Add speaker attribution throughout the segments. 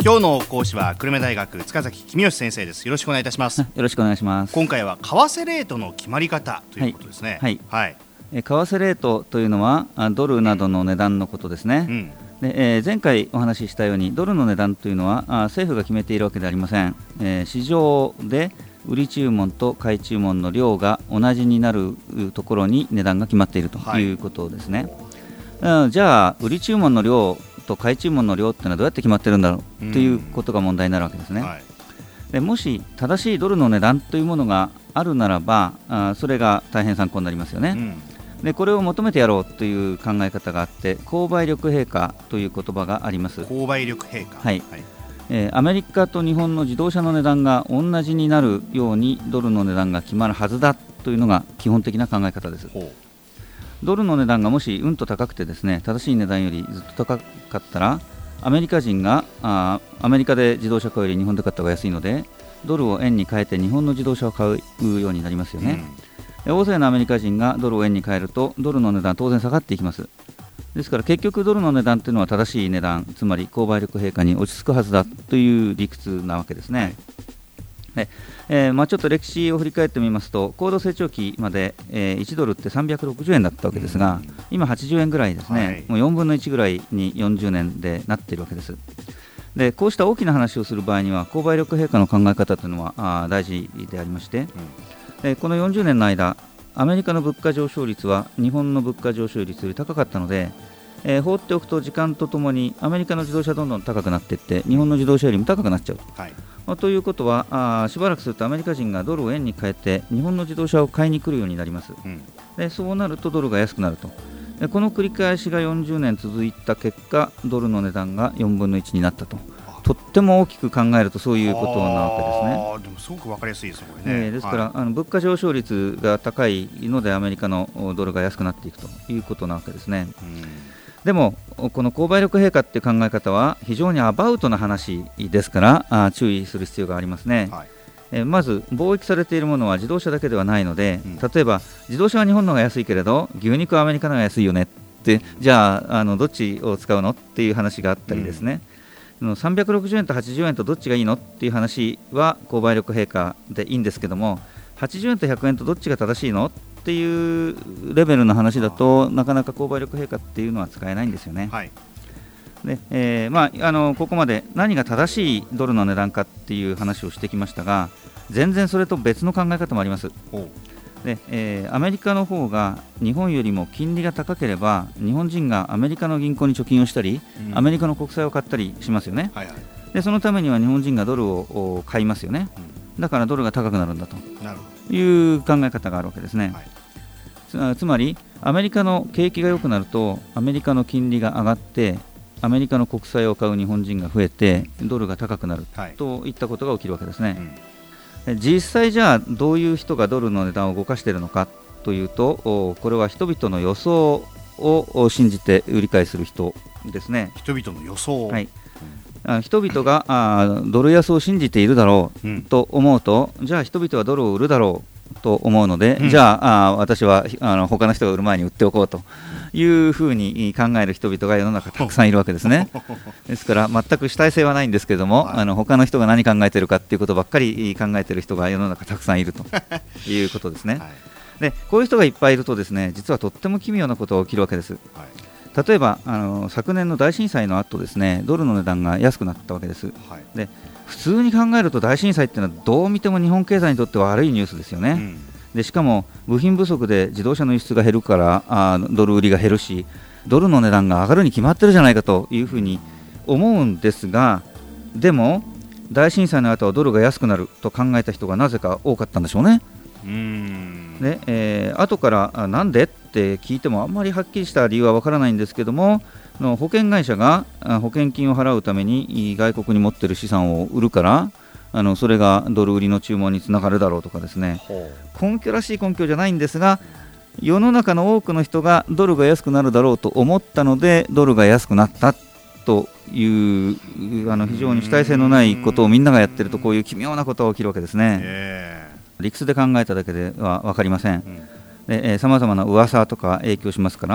Speaker 1: 今日の講師は久留米大学塚崎公義先生です。よろしくお願いいたします。
Speaker 2: よろしくお願いします。
Speaker 1: 今回は為替レートの決まり方ということですね。
Speaker 2: はい、為替レートというのはドルなどの値段のことですね。で前回お話ししたようにドルの値段というのは政府が決めているわけではありません。市場で売り注文と買い注文の量が同じになるところに値段が決まっているということですね。じゃあ売り注文の量と買い注文の量っていうのはどうやって決まってるんだろうということが問題になるわけですね。でもし正しいドルの値段というものがあるならばそれが大変参考になりますよね。でこれを求めてやろうという考え方があって購買力陛下という言葉があります。
Speaker 1: 購買力陛下、
Speaker 2: アメリカと日本の自動車の値段が同じになるようにドルの値段が決まるはずだというのが基本的な考え方です。ドルの値段がもしうんと高くてですね、正しい値段よりずっと高かったらアメリカ人がアメリカで自動車買うより日本で買った方が安いのでドルを円に変えて日本の自動車を買うようになりますよね。大勢のアメリカ人がドルを円に変えるとドルの値段は当然下がっていきます。ですから結局ドルの値段というのは正しい値段、つまり購買力陛下に落ち着くはずだという理屈なわけですね。でちょっと歴史を振り返ってみますと高度成長期まで、1ドルって360円だったわけですが、今80円ぐらいですね、もう4分の1ぐらいに40年でなっているわけです。でこうした大きな話をする場合には購買力陛下の考え方というのは大事でありまして、この40年の間アメリカの物価上昇率は日本の物価上昇率より高かったので、放っておくと時間とともにアメリカの自動車どんどん高くなっていって日本の自動車よりも高くなっちゃうということはしばらくするとアメリカ人がドルを円に変えて日本の自動車を買いに来るようになります。でそうなるとドルが安くなると。この繰り返しが40年続いた結果ドルの値段が4分の1になったと。とっても大きく考えるとそういうことなわけですね。
Speaker 1: でもすごく分かりやすいですこれね。
Speaker 2: ですから、物価上昇率が高いのでアメリカのドルが安くなっていくということなわけですね。でもこの購買力陛下っていう考え方は非常にアバウトな話ですから注意する必要がありますね。まず貿易されているものは自動車だけではないので、例えば自動車は日本の方が安いけれど牛肉はアメリカの方が安いよねってじゃあ、どっちを使うのっていう話があったりですね、360円と80円とどっちがいいのっていう話は購買力陛下でいいんですけども80円と100円とどっちが正しいのっていうレベルの話だとなかなか購買力陛下っていうのは使えないんですよね。でここまで何が正しいドルの値段かっていう話をしてきましたが全然それと別の考え方もあります。でアメリカの方が日本よりも金利が高ければ日本人がアメリカの銀行に貯金をしたり、アメリカの国債を買ったりしますよね。でそのためには日本人がドルを買いますよね。だからドルが高くなるんだという考え方があるわけですね。つまりアメリカの景気が良くなるとアメリカの金利が上がってアメリカの国債を買う日本人が増えてドルが高くなるといったことが起きるわけですね。実際じゃあどういう人がドルの値段を動かしているのかというとこれは人々の予想を信じて売り買いする人ですね。
Speaker 1: 人々の予想、
Speaker 2: 人々がドル安を信じているだろうと思うと、じゃあ人々はドルを売るだろうと思うので、じゃあ私は他の人が売る前に売っておこうというふうに考える人々が世の中たくさんいるわけですね。ですから全く主体性はないんですけれども、他の人が何考えているかということばっかり考えている人が世の中たくさんいるということですね。でこういう人がいっぱいいるとですね実はとっても奇妙なことが起きるわけです。例えば昨年の大震災の後ですねドルの値段が安くなったわけです。で普通に考えると大震災っていうのはどう見ても日本経済にとっては悪いニュースですよね。でしかも部品不足で自動車の輸出が減るからドル売りが減るしドルの値段が上がるに決まってるじゃないかというふうに思うんですが、でも大震災の後はドルが安くなると考えた人がなぜか多かったんでしょうね。で後からなんでって聞いてもあんまりはっきりした理由はわからないんですけども保険会社が保険金を払うために外国に持っている資産を売るからそれがドル売りの注文につながるだろうとかですね、根拠らしい根拠じゃないんですが世の中の多くの人がドルが安くなるだろうと思ったのでドルが安くなったという非常に主体性のないことをみんながやってるとこういう奇妙なことが起きるわけですね。理屈で考えただけでは分かりません。さまざまな噂とか影響しますから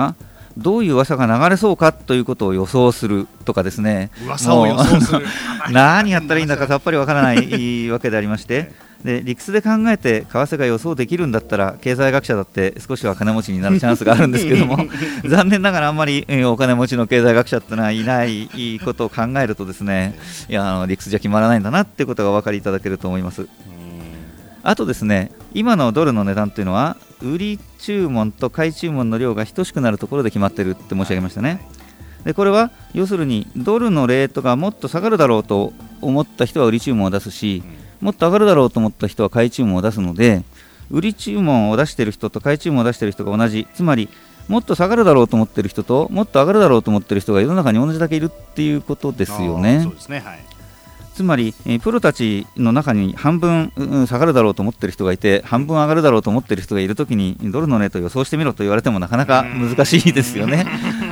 Speaker 2: どういう噂が流れそうかということを予想するとかですね、
Speaker 1: 噂を予想する
Speaker 2: 何やったらいいんだかさっぱりわからないわけでありましてで理屈で考えて為替が予想できるんだったら経済学者だって少しは金持ちになるチャンスがあるんですけども残念ながらあんまりお金持ちの経済学者ってのはいないことを考えるとですね、いや理屈じゃ決まらないんだなっていうことがお分かりいただけると思います。あとですね、今のドルの値段というのは売り注文と買い注文の量が等しくなるところで決まっているって申し上げましたね。でこれは要するにドルのレートがもっと下がるだろうと思った人は売り注文を出すし、もっと上がるだろうと思った人は買い注文を出すので、売り注文を出している人と買い注文を出している人が同じ、つまりもっと下がるだろうと思っている人ともっと上がるだろうと思っている人が世の中に同じだけいるっていうことですよね。
Speaker 1: そうですね、はい。
Speaker 2: つまり、プロたちの中に半分、下がるだろうと思っている人がいて半分上がるだろうと思っている人がいるときにドルのレートを予想してみろと言われてもなかなか難しいですよね。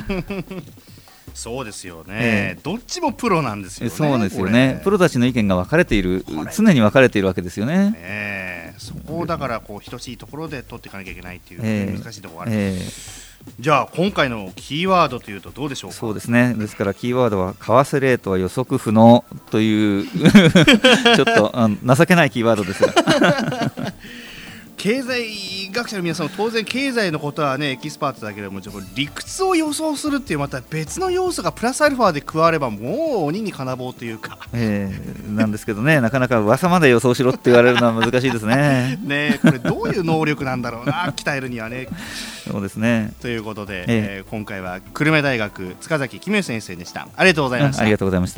Speaker 1: そうですよね、どっちもプロなんですよね。
Speaker 2: そうですよね。プロたちの意見が分かれている、常に分かれているわけですよね。
Speaker 1: そこをだからこう等しいところで取っていかなきゃいけないっていう難しいところがある。じゃあ今回のキーワードというとどうでしょうか。
Speaker 2: そうですね。ですからキーワードは為替レートは予測不能というちょっと情けないキーワードですが
Speaker 1: 経済学者の皆さんも当然経済のことはねエキスパートだけれども、理屈を予想するっていうまた別の要素がプラスアルファで加わればもう鬼に金棒というか、
Speaker 2: なんですけどね、なかなか噂まで予想しろって言われるのは難しいですね。
Speaker 1: ね、これどういう能力なんだろうな鍛えるにはね。
Speaker 2: そうですね。
Speaker 1: ということで、今回は久留米大学塚崎公義先生でした。ありがとうございました。
Speaker 2: ありがとうございました。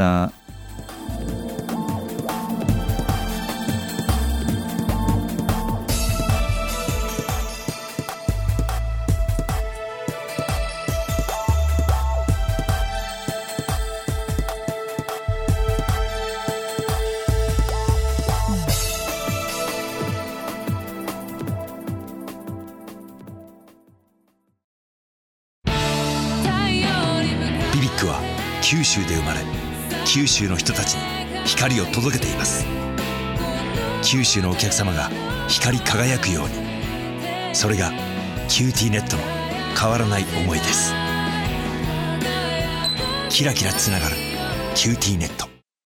Speaker 3: ビビックは九州で生まれ、九州の人たちに光を届けています。九州のお客様が光り輝くように、それがキューティーネットの変わらない思いです。キラキラつながるキューティーネット。